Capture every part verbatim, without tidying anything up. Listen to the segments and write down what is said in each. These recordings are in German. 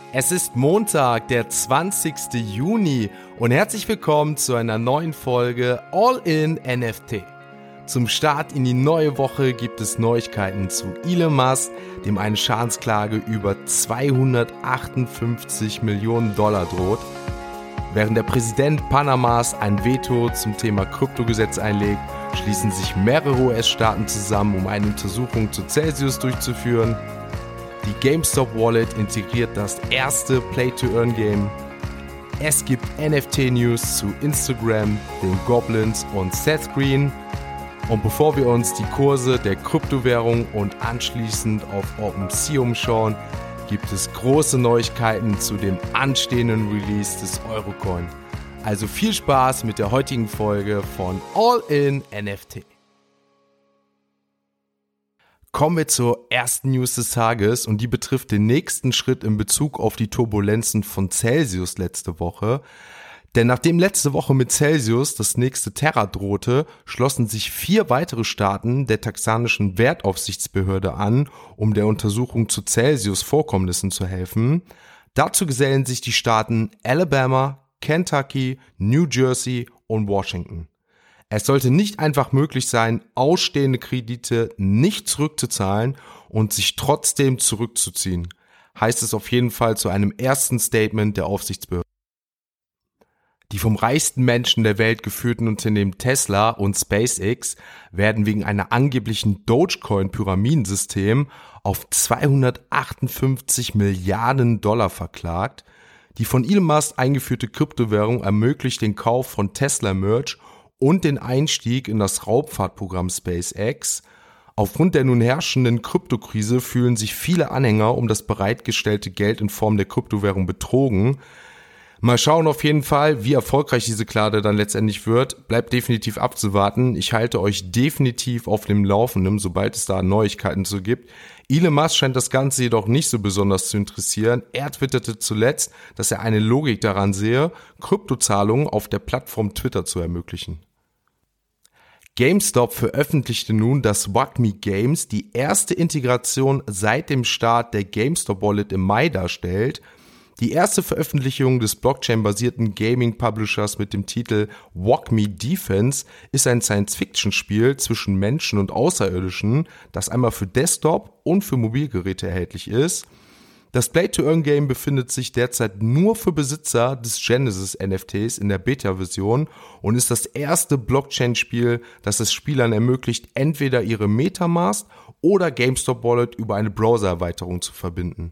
Es ist Montag, der zwanzigster Juni und herzlich willkommen zu einer neuen Folge All in N F T. Zum Start in die neue Woche gibt es Neuigkeiten zu Elon Musk, dem eine Schadensklage über zweihundertachtundfünfzig Millionen Dollar droht. Während der Präsident Panamas ein Veto zum Thema Kryptogesetz einlegt, schließen sich mehrere U S-Staaten zusammen, um eine Untersuchung zu Celsius durchzuführen. Die GameStop Wallet integriert das erste Play-to-Earn-Game. Es gibt N F T-News zu Instagram, den Goblins und Seth Green. Und bevor wir uns die Kurse der Kryptowährung und anschließend auf OpenSea umschauen, gibt es große Neuigkeiten zu dem anstehenden Release des Eurocoin. Also viel Spaß mit der heutigen Folge von All in N F T. Kommen wir zur ersten News des Tages und die betrifft den nächsten Schritt in Bezug auf die Turbulenzen von Celsius letzte Woche. Denn nachdem letzte Woche mit Celsius das nächste Terra drohte, schlossen sich vier weitere Staaten der texanischen Wertaufsichtsbehörde an, um der Untersuchung zu Celsius Vorkommnissen zu helfen. Dazu gesellen sich die Staaten Alabama, Kentucky, New Jersey und Washington. Es sollte nicht einfach möglich sein, ausstehende Kredite nicht zurückzuzahlen und sich trotzdem zurückzuziehen, heißt es auf jeden Fall zu einem ersten Statement der Aufsichtsbehörde. Die vom reichsten Menschen der Welt geführten Unternehmen Tesla und SpaceX werden wegen einer angeblichen Dogecoin-Pyramidensystem auf zweihundertachtundfünfzig Milliarden Dollar verklagt. Die von Elon Musk eingeführte Kryptowährung ermöglicht den Kauf von Tesla-Merch und den Einstieg in das Raumfahrtprogramm SpaceX. Aufgrund der nun herrschenden Kryptokrise fühlen sich viele Anhänger um das bereitgestellte Geld in Form der Kryptowährung betrogen. Mal schauen auf jeden Fall, wie erfolgreich diese Klage dann letztendlich wird. Bleibt definitiv abzuwarten. Ich halte euch definitiv auf dem Laufenden, sobald es da Neuigkeiten zu gibt. Elon Musk scheint das Ganze jedoch nicht so besonders zu interessieren. Er twitterte zuletzt, dass er eine Logik daran sehe, Kryptozahlungen auf der Plattform Twitter zu ermöglichen. GameStop veröffentlichte nun, dass WACME Games die erste Integration seit dem Start der GameStop Wallet im Mai darstellt. Die erste Veröffentlichung des Blockchain-basierten Gaming-Publishers mit dem Titel WACME Defense ist ein Science-Fiction-Spiel zwischen Menschen und Außerirdischen, das einmal für Desktop und für Mobilgeräte erhältlich ist. Das Play-to-Earn-Game befindet sich derzeit nur für Besitzer des Genesis-N F Ts in der Beta-Version und ist das erste Blockchain-Spiel, das es Spielern ermöglicht, entweder ihre Metamask oder GameStop Wallet über eine Browser-Erweiterung zu verbinden.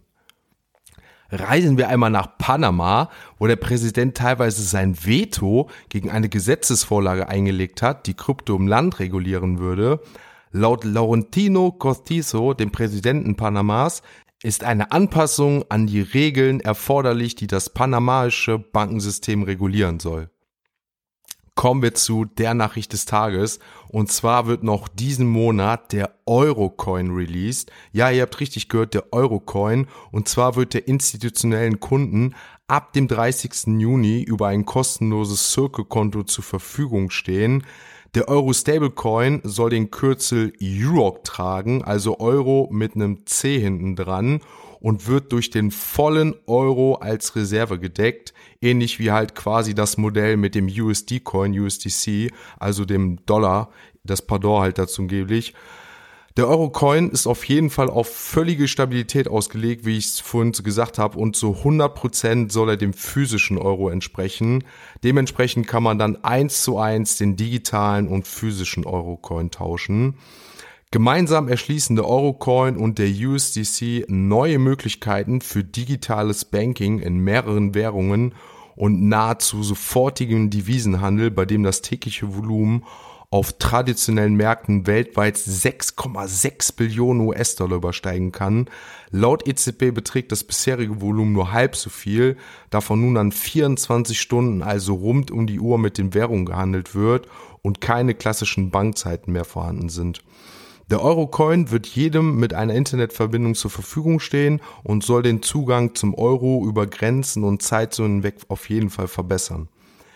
Reisen wir einmal nach Panama, wo der Präsident teilweise sein Veto gegen eine Gesetzesvorlage eingelegt hat, die Krypto im Land regulieren würde. Laut Laurentino Cortizo, dem Präsidenten Panamas, ist eine Anpassung an die Regeln erforderlich, die das panamaische Bankensystem regulieren soll. Kommen wir zu der Nachricht des Tages, und zwar wird noch diesen Monat der Eurocoin released. Ja, ihr habt richtig gehört, der Eurocoin, und zwar wird der institutionellen Kunden ab dem dreißigsten Juni über ein kostenloses Circle-Konto zur Verfügung stehen. Der Euro-Stablecoin soll den Kürzel E U R O C tragen, also Euro mit einem C hinten dran, und wird durch den vollen Euro als Reserve gedeckt, ähnlich wie halt quasi das Modell mit dem U S D-Coin, U S D C, also dem Dollar, das Pardon halt dazu angeblich. Der Eurocoin ist auf jeden Fall auf völlige Stabilität ausgelegt, wie ich es vorhin gesagt habe, und zu hundert Prozent soll er dem physischen Euro entsprechen. Dementsprechend kann man dann eins zu eins den digitalen und physischen Eurocoin tauschen. Gemeinsam erschließen der Eurocoin und der U S D C neue Möglichkeiten für digitales Banking in mehreren Währungen und nahezu sofortigen Devisenhandel, bei dem das tägliche Volumen auf traditionellen Märkten weltweit sechs Komma sechs Billionen U S-Dollar übersteigen kann. Laut E Z B beträgt das bisherige Volumen nur halb so viel, da von nun an vierundzwanzig Stunden, also rund um die Uhr, mit den Währungen gehandelt wird und keine klassischen Bankzeiten mehr vorhanden sind. Der Eurocoin wird jedem mit einer Internetverbindung zur Verfügung stehen und soll den Zugang zum Euro über Grenzen und Zeitzonen hinweg auf jeden Fall verbessern.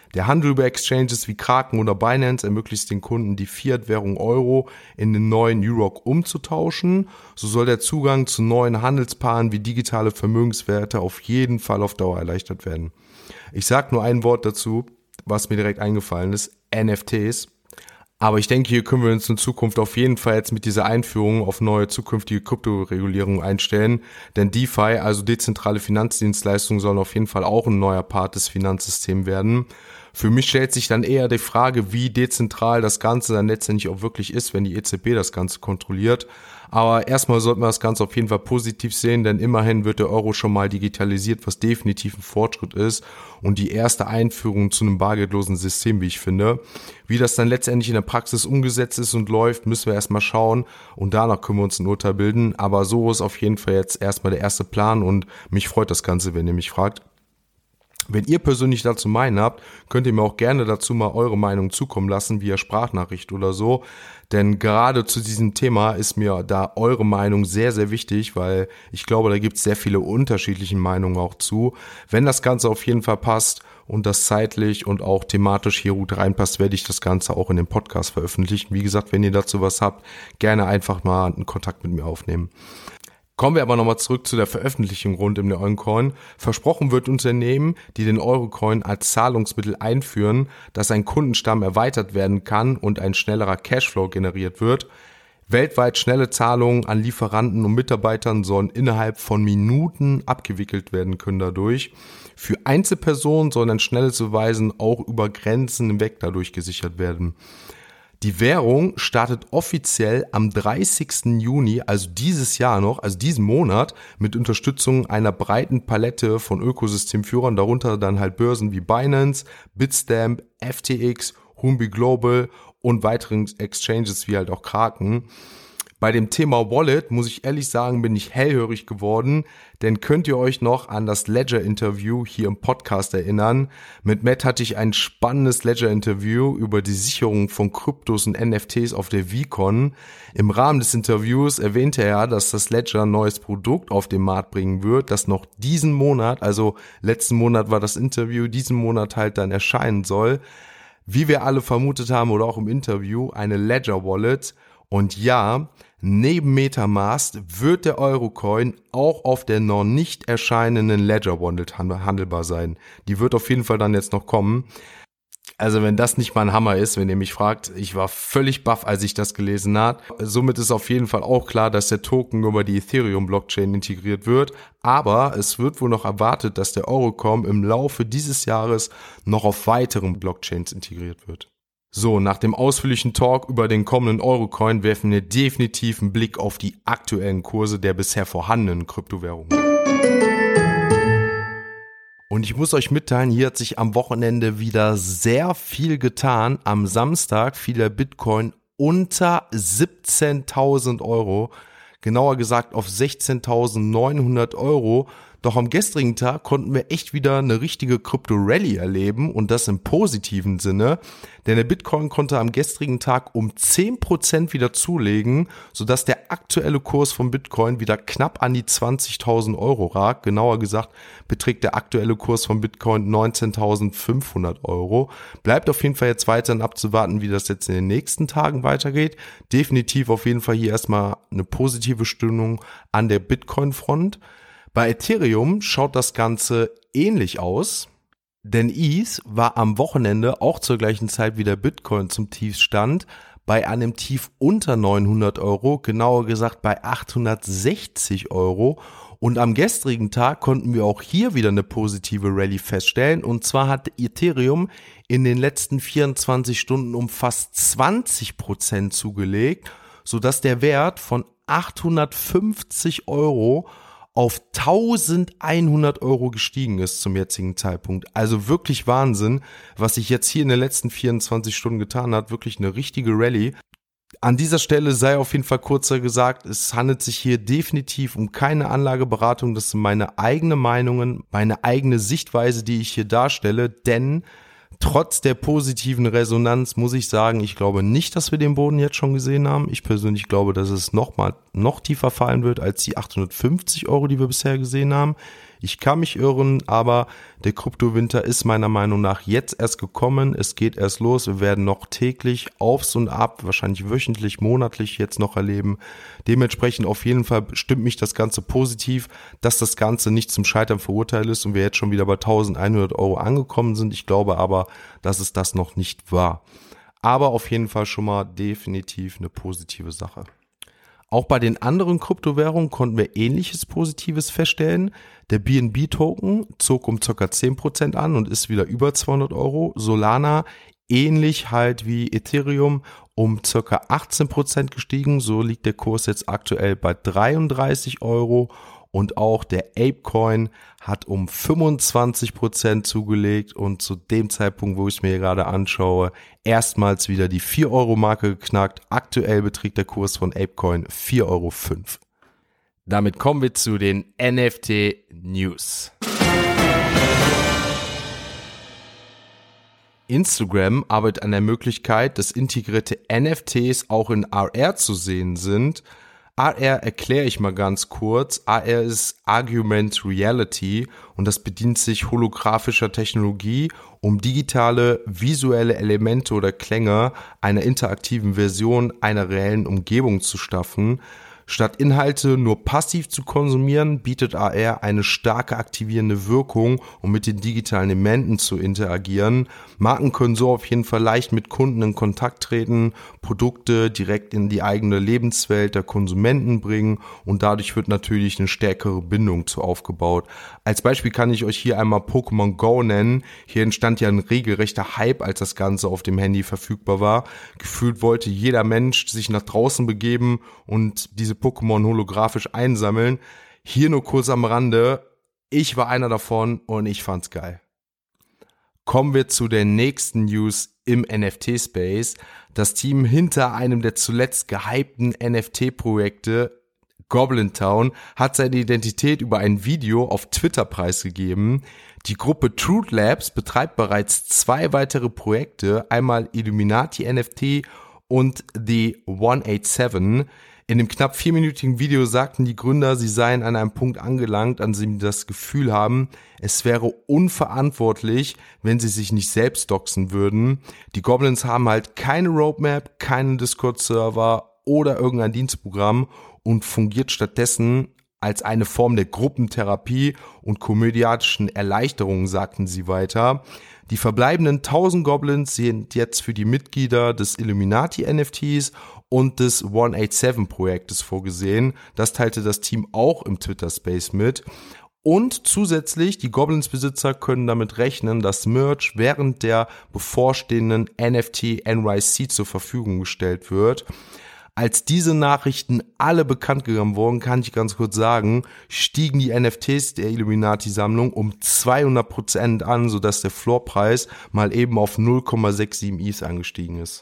Der Handel über Exchanges wie Kraken oder Binance ermöglicht den Kunden, die Fiat-Währung Euro in den neuen New Rock umzutauschen. So soll der Zugang zu neuen Handelspaaren wie digitale Vermögenswerte auf jeden Fall auf Dauer erleichtert werden. Ich sage nur ein Wort dazu, was mir direkt eingefallen ist, N F Ts. Aber ich denke, hier können wir uns in Zukunft auf jeden Fall jetzt mit dieser Einführung auf neue zukünftige Kryptoregulierung einstellen. Denn DeFi, also dezentrale Finanzdienstleistungen, sollen auf jeden Fall auch ein neuer Part des Finanzsystems werden. Für mich stellt sich dann eher die Frage, wie dezentral das Ganze dann letztendlich auch wirklich ist, wenn die E Z B das Ganze kontrolliert. Aber erstmal sollten wir das Ganze auf jeden Fall positiv sehen, denn immerhin wird der Euro schon mal digitalisiert, was definitiv ein Fortschritt ist und die erste Einführung zu einem bargeldlosen System, wie ich finde. Wie das dann letztendlich in der Praxis umgesetzt ist und läuft, müssen wir erstmal schauen und danach können wir uns ein Urteil bilden. Aber so ist auf jeden Fall jetzt erstmal der erste Plan und mich freut das Ganze, wenn ihr mich fragt. Wenn ihr persönlich dazu meinen habt, könnt ihr mir auch gerne dazu mal eure Meinung zukommen lassen, via Sprachnachricht oder so. Denn gerade zu diesem Thema ist mir da eure Meinung sehr, sehr wichtig, weil ich glaube, da gibt es sehr viele unterschiedliche Meinungen auch zu. Wenn das Ganze auf jeden Fall passt und das zeitlich und auch thematisch hier gut reinpasst, werde ich das Ganze auch in dem Podcast veröffentlichen. Wie gesagt, wenn ihr dazu was habt, gerne einfach mal einen Kontakt mit mir aufnehmen. Kommen wir aber nochmal zurück zu der Veröffentlichung rund um den Eurocoin. Versprochen wird Unternehmen, die den Eurocoin als Zahlungsmittel einführen, dass ein Kundenstamm erweitert werden kann und ein schnellerer Cashflow generiert wird. Weltweit schnelle Zahlungen an Lieferanten und Mitarbeitern sollen innerhalb von Minuten abgewickelt werden können dadurch. Für Einzelpersonen soll ein schnelles Überweisen auch über Grenzen hinweg dadurch gesichert werden. Die Währung startet offiziell am dreißigsten Juni, also dieses Jahr noch, also diesen Monat, mit Unterstützung einer breiten Palette von Ökosystemführern, darunter dann halt Börsen wie Binance, Bitstamp, F T X, Huobi Global und weiteren Exchanges wie halt auch Kraken. Bei dem Thema Wallet, muss ich ehrlich sagen, bin ich hellhörig geworden, denn könnt ihr euch noch an das Ledger-Interview hier im Podcast erinnern? Mit Matt hatte ich ein spannendes Ledger-Interview über die Sicherung von Kryptos und N F Ts auf der VCon. Im Rahmen des Interviews erwähnte er, dass das Ledger ein neues Produkt auf den Markt bringen wird, das noch diesen Monat, also letzten Monat war das Interview, diesen Monat halt dann erscheinen soll. Wie wir alle vermutet haben oder auch im Interview, eine Ledger-Wallet. Und ja, neben MetaMask wird der Eurocoin auch auf der noch nicht erscheinenden Ledger Wallet handelbar sein. Die wird auf jeden Fall dann jetzt noch kommen. Also wenn das nicht mal ein Hammer ist, wenn ihr mich fragt, ich war völlig baff, als ich das gelesen habe. Somit ist auf jeden Fall auch klar, dass der Token über die Ethereum-Blockchain integriert wird. Aber es wird wohl noch erwartet, dass der Eurocoin im Laufe dieses Jahres noch auf weiteren Blockchains integriert wird. So, nach dem ausführlichen Talk über den kommenden Eurocoin werfen wir definitiv einen Blick auf die aktuellen Kurse der bisher vorhandenen Kryptowährungen. Und ich muss euch mitteilen, hier hat sich am Wochenende wieder sehr viel getan. Am Samstag fiel der Bitcoin unter siebzehntausend Euro, genauer gesagt auf sechzehntausendneunhundert Euro. Doch am gestrigen Tag konnten wir echt wieder eine richtige Krypto-Rallye erleben und das im positiven Sinne, denn der Bitcoin konnte am gestrigen Tag um zehn Prozent wieder zulegen, sodass der aktuelle Kurs von Bitcoin wieder knapp an die zwanzigtausend Euro ragt. Genauer gesagt beträgt der aktuelle Kurs von Bitcoin neunzehntausendfünfhundert Euro. Bleibt auf jeden Fall jetzt weiterhin abzuwarten, wie das jetzt in den nächsten Tagen weitergeht. Definitiv auf jeden Fall hier erstmal eine positive Stimmung an der Bitcoin-Front. Bei Ethereum schaut das Ganze ähnlich aus, denn E T H war am Wochenende auch zur gleichen Zeit wie der Bitcoin zum Tiefstand bei einem Tief unter neunhundert Euro, genauer gesagt bei achthundertsechzig Euro. Und am gestrigen Tag konnten wir auch hier wieder eine positive Rallye feststellen. Und zwar hat Ethereum in den letzten vierundzwanzig Stunden um fast zwanzig Prozent zugelegt, sodass der Wert von achthundertfünfzig Euro auf eintausendeinhundert Euro gestiegen ist zum jetzigen Zeitpunkt. Also wirklich Wahnsinn, was sich jetzt hier in den letzten vierundzwanzig Stunden getan hat. Wirklich eine richtige Rallye. An dieser Stelle sei auf jeden Fall kurzer gesagt, es handelt sich hier definitiv um keine Anlageberatung. Das sind meine eigenen Meinungen, meine eigene Sichtweise, die ich hier darstelle. Denn trotz der positiven Resonanz muss ich sagen, ich glaube nicht, dass wir den Boden jetzt schon gesehen haben. Ich persönlich glaube, dass es noch mal noch tiefer fallen wird als die achthundertfünfzig Euro, die wir bisher gesehen haben. Ich kann mich irren, aber der Kryptowinter ist meiner Meinung nach jetzt erst gekommen. Es geht erst los. Wir werden noch täglich aufs und ab, wahrscheinlich wöchentlich, monatlich jetzt noch erleben. Dementsprechend auf jeden Fall stimmt mich das Ganze positiv, dass das Ganze nicht zum Scheitern verurteilt ist und wir jetzt schon wieder bei eintausendeinhundert Euro angekommen sind. Ich glaube aber, dass es das noch nicht war. Aber auf jeden Fall schon mal definitiv eine positive Sache. Auch bei den anderen Kryptowährungen konnten wir ähnliches Positives feststellen. Der B N B-Token zog um ca. zehn Prozent an und ist wieder über zweihundert Euro. Solana ähnlich halt wie Ethereum um ca. achtzehn Prozent gestiegen. So liegt der Kurs jetzt aktuell bei dreiunddreißig Euro. Und auch der Apecoin hat um fünfundzwanzig Prozent zugelegt und zu dem Zeitpunkt, wo ich es mir hier gerade anschaue, erstmals wieder die vier Euro Marke geknackt. Aktuell beträgt der Kurs von Apecoin vier Euro fünf. Damit kommen wir zu den N F T News. Instagram arbeitet an der Möglichkeit, dass integrierte N F Ts auch in R R zu sehen sind. A R erkläre ich mal ganz kurz. A R ist Augmented Reality und das bedient sich holographischer Technologie, um digitale visuelle Elemente oder Klänge einer interaktiven Version einer reellen Umgebung zu schaffen. Statt Inhalte nur passiv zu konsumieren, bietet A R eine starke aktivierende Wirkung, um mit den digitalen Elementen zu interagieren. Marken können so auf jeden Fall leicht mit Kunden in Kontakt treten, Produkte direkt in die eigene Lebenswelt der Konsumenten bringen und dadurch wird natürlich eine stärkere Bindung zu aufgebaut. Als Beispiel kann ich euch hier einmal Pokémon Go nennen. Hier entstand ja ein regelrechter Hype, als das Ganze auf dem Handy verfügbar war. Gefühlt wollte jeder Mensch sich nach draußen begeben und diese Pokémon holographisch einsammeln. Hier nur kurz am Rande. Ich war einer davon und ich fand's geil. Kommen wir zu der nächsten News im N F T-Space. Das Team hinter einem der zuletzt gehypten N F T-Projekte, Goblin Town, hat seine Identität über ein Video auf Twitter preisgegeben. Die Gruppe Truth Labs betreibt bereits zwei weitere Projekte, einmal Illuminati N F T und The hundertsiebenundachtzig. In dem knapp vierminütigen Video sagten die Gründer, sie seien an einem Punkt angelangt, an dem sie das Gefühl haben, es wäre unverantwortlich, wenn sie sich nicht selbst doxen würden. Die Goblins haben halt keine Roadmap, keinen Discord-Server oder irgendein Dienstprogramm und fungiert stattdessen als eine Form der Gruppentherapie und komödiatischen Erleichterung, sagten sie weiter. Die verbleibenden tausend Goblins sind jetzt für die Mitglieder des Illuminati N F Ts und des hundertsiebenundachtzig Projektes vorgesehen. Das teilte das Team auch im Twitter-Space mit. Und zusätzlich, die Goblins-Besitzer können damit rechnen, dass Merch während der bevorstehenden N F T N Y C zur Verfügung gestellt wird. Als diese Nachrichten alle bekannt gegeben wurden, kann ich ganz kurz sagen, stiegen die N F Ts der Illuminati-Sammlung um zweihundert Prozent an, sodass der Floorpreis mal eben auf null Komma siebenundsechzig E T H angestiegen ist.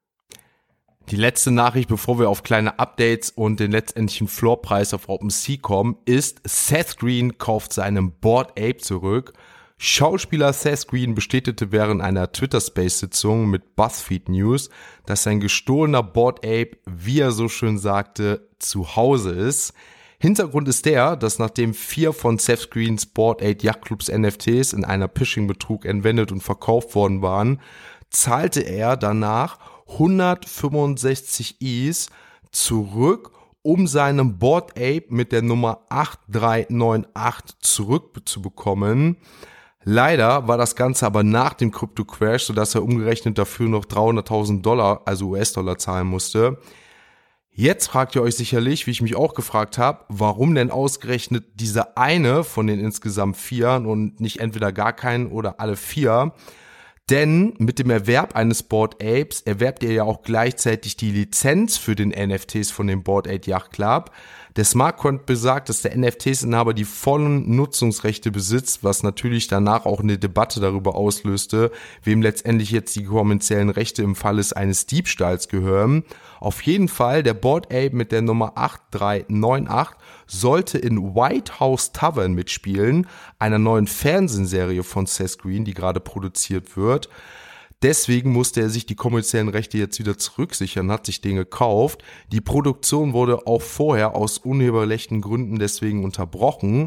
Die letzte Nachricht, bevor wir auf kleine Updates und den letztendlichen Floorpreis auf OpenSea kommen, ist, Seth Green kauft seinen Bored Ape zurück. Schauspieler Seth Green bestätigte während einer Twitter-Space-Sitzung mit BuzzFeed News, dass sein gestohlener Bored Ape, wie er so schön sagte, zu Hause ist. Hintergrund ist der, dass nachdem vier von Seth Greens Bored Ape Yacht Clubs N F Ts in einer Phishing-Betrug entwendet und verkauft worden waren, zahlte er danach hundertfünfundsechzig E T H zurück, um seinen Bored Ape mit der Nummer acht drei neun acht zurückzubekommen. Leider war das Ganze aber nach dem Krypto-Crash, sodass er umgerechnet dafür noch dreihunderttausend Dollar, also U S-Dollar, zahlen musste. Jetzt fragt ihr euch sicherlich, wie ich mich auch gefragt habe, warum denn ausgerechnet dieser eine von den insgesamt vier und nicht entweder gar keinen oder alle vier? Denn mit dem Erwerb eines Bored Apes erwerbt ihr ja auch gleichzeitig die Lizenz für den N F Ts von dem Bored Ape Yacht Club. Der Smart Contract besagt, dass der N F Ts-Inhaber die vollen Nutzungsrechte besitzt, was natürlich danach auch eine Debatte darüber auslöste, wem letztendlich jetzt die kommerziellen Rechte im Falle eines Diebstahls gehören. Auf jeden Fall, der Bored Ape mit der Nummer acht drei neun acht sollte in White House Tavern mitspielen, einer neuen Fernsehserie von Seth Green, die gerade produziert wird. Deswegen musste er sich die kommerziellen Rechte jetzt wieder zurücksichern, hat sich den gekauft. Die Produktion wurde auch vorher aus urheberrechtlichen Gründen deswegen unterbrochen.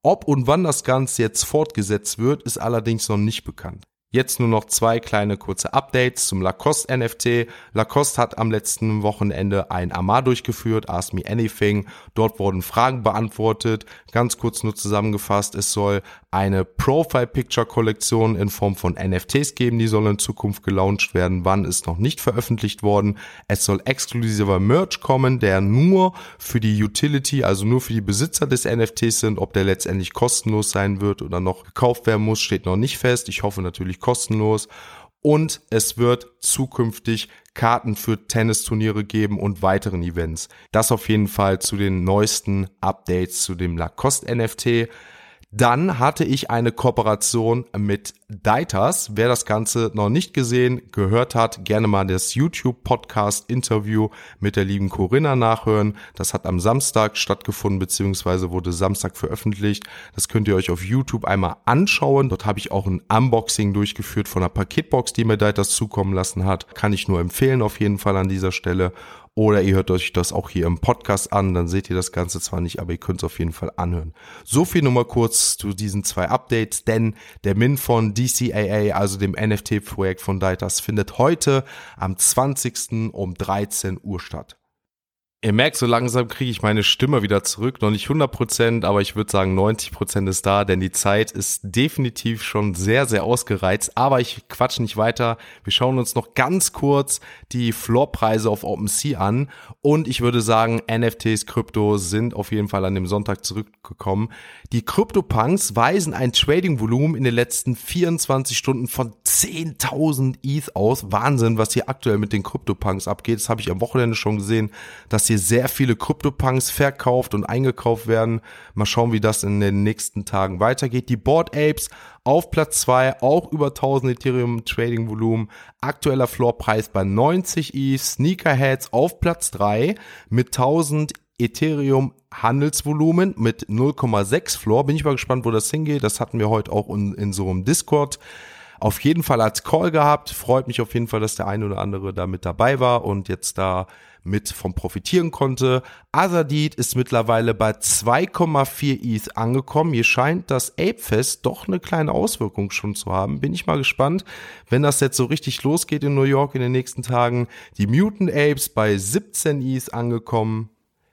Ob und wann das Ganze jetzt fortgesetzt wird, ist allerdings noch nicht bekannt. Jetzt nur noch zwei kleine kurze Updates zum Lacoste N F T. Lacoste hat am letzten Wochenende ein Ammar durchgeführt, Ask Me Anything. Dort wurden Fragen beantwortet. Ganz kurz nur zusammengefasst, es soll eine Profile-Picture-Kollektion in Form von N F Ts geben, die soll in Zukunft gelauncht werden. Wann ist noch nicht veröffentlicht worden. Es soll exklusiver Merch kommen, der nur für die Utility, also nur für die Besitzer des N F Ts sind. Ob der letztendlich kostenlos sein wird oder noch gekauft werden muss, steht noch nicht fest. Ich hoffe natürlich kostenlos. Und es wird zukünftig Karten für Tennisturniere geben und weiteren Events. Das auf jeden Fall zu den neuesten Updates zu dem Lacoste N F T. Dann hatte ich eine Kooperation mit Deitas. Wer das Ganze noch nicht gesehen, gehört hat, gerne mal das YouTube-Podcast-Interview mit der lieben Corinna nachhören. Das hat am Samstag stattgefunden, beziehungsweise wurde Samstag veröffentlicht. Das könnt ihr euch auf YouTube einmal anschauen. Dort habe ich auch ein Unboxing durchgeführt von einer Paketbox, die mir Deitas zukommen lassen hat. Kann ich nur empfehlen auf jeden Fall an dieser Stelle. Oder ihr hört euch das auch hier im Podcast an, dann seht ihr das Ganze zwar nicht, aber ihr könnt es auf jeden Fall anhören. So viel nur mal kurz zu diesen zwei Updates, denn der Min von D C A A, also dem N F T-Projekt von Deitas, findet heute am zwanzigsten um dreizehn Uhr statt. Ihr merkt, so langsam kriege ich meine Stimme wieder zurück, noch nicht hundert Prozent, aber ich würde sagen neunzig Prozent ist da, denn die Zeit ist definitiv schon sehr, sehr ausgereizt, aber ich quatsch nicht weiter. Wir schauen uns noch ganz kurz die Floorpreise auf OpenSea an und ich würde sagen, N F Ts, Krypto sind auf jeden Fall an dem Sonntag zurückgekommen. Die CryptoPunks weisen ein Trading-Volumen in den letzten vierundzwanzig Stunden von zehntausend E T H aus. Wahnsinn, was hier aktuell mit den CryptoPunks abgeht. Das habe ich am Wochenende schon gesehen, dass hier sehr viele CryptoPunks verkauft und eingekauft werden. Mal schauen, wie das in den nächsten Tagen weitergeht. Die Bored Apes auf Platz zwei, auch über tausend Ethereum Trading Volumen. Aktueller Floorpreis bei neunzig E T H. Sneakerheads auf Platz drei mit tausend Ethereum Handelsvolumen mit null Komma sechs Floor. Bin ich mal gespannt, wo das hingeht. Das hatten wir heute auch in, in so einem Discord auf jeden Fall als Call gehabt. Freut mich auf jeden Fall, dass der eine oder andere da mit dabei war und jetzt da mit vom profitieren konnte. Azadid ist mittlerweile bei zwei Komma vier E T H angekommen. Hier scheint das Apefest doch eine kleine Auswirkung schon zu haben. Bin ich mal gespannt, wenn das jetzt so richtig losgeht in New York in den nächsten Tagen. Die Mutant Apes bei siebzehn E T H angekommen.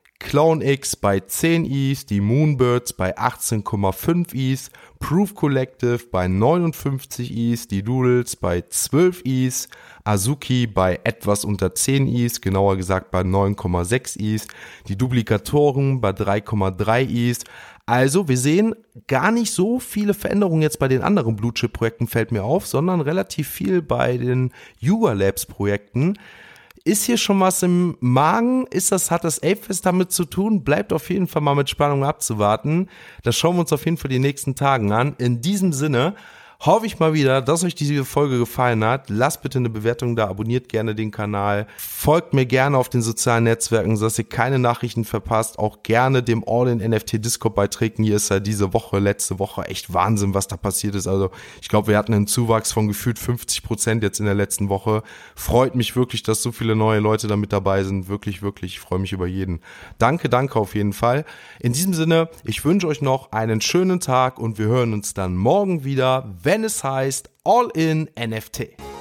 CloneX bei zehn E T H, die Moonbirds bei achtzehn Komma fünf E T H, Proof Collective bei neunundfünfzig E T H, die Doodles bei zwölf E T H, Azuki bei etwas unter zehn E T H, genauer gesagt bei neun Komma sechs E T H, die Duplikatoren bei drei Komma drei E T H. Also wir sehen gar nicht so viele Veränderungen jetzt bei den anderen Blue-Chip-Projekten, fällt mir auf, sondern relativ viel bei den Yuga Labs-Projekten. Ist hier schon was im Magen? Ist das, hat das Apefest damit zu tun? Bleibt auf jeden Fall mal mit Spannung abzuwarten. Das schauen wir uns auf jeden Fall die nächsten Tagen an. In diesem Sinne hoffe ich mal wieder, dass euch diese Folge gefallen hat. Lasst bitte eine Bewertung da, abonniert gerne den Kanal, folgt mir gerne auf den sozialen Netzwerken, sodass ihr keine Nachrichten verpasst. Auch gerne dem All-in-N F T Discord beitreten. Hier ist ja diese Woche, letzte Woche echt Wahnsinn, was da passiert ist. Also ich glaube, wir hatten einen Zuwachs von gefühlt fünfzig Prozent jetzt in der letzten Woche. Freut mich wirklich, dass so viele neue Leute da mit dabei sind. Wirklich, wirklich, ich freue mich über jeden. Danke, danke auf jeden Fall. In diesem Sinne, ich wünsche euch noch einen schönen Tag und wir hören uns dann morgen wieder, wenn es heißt All in N F T.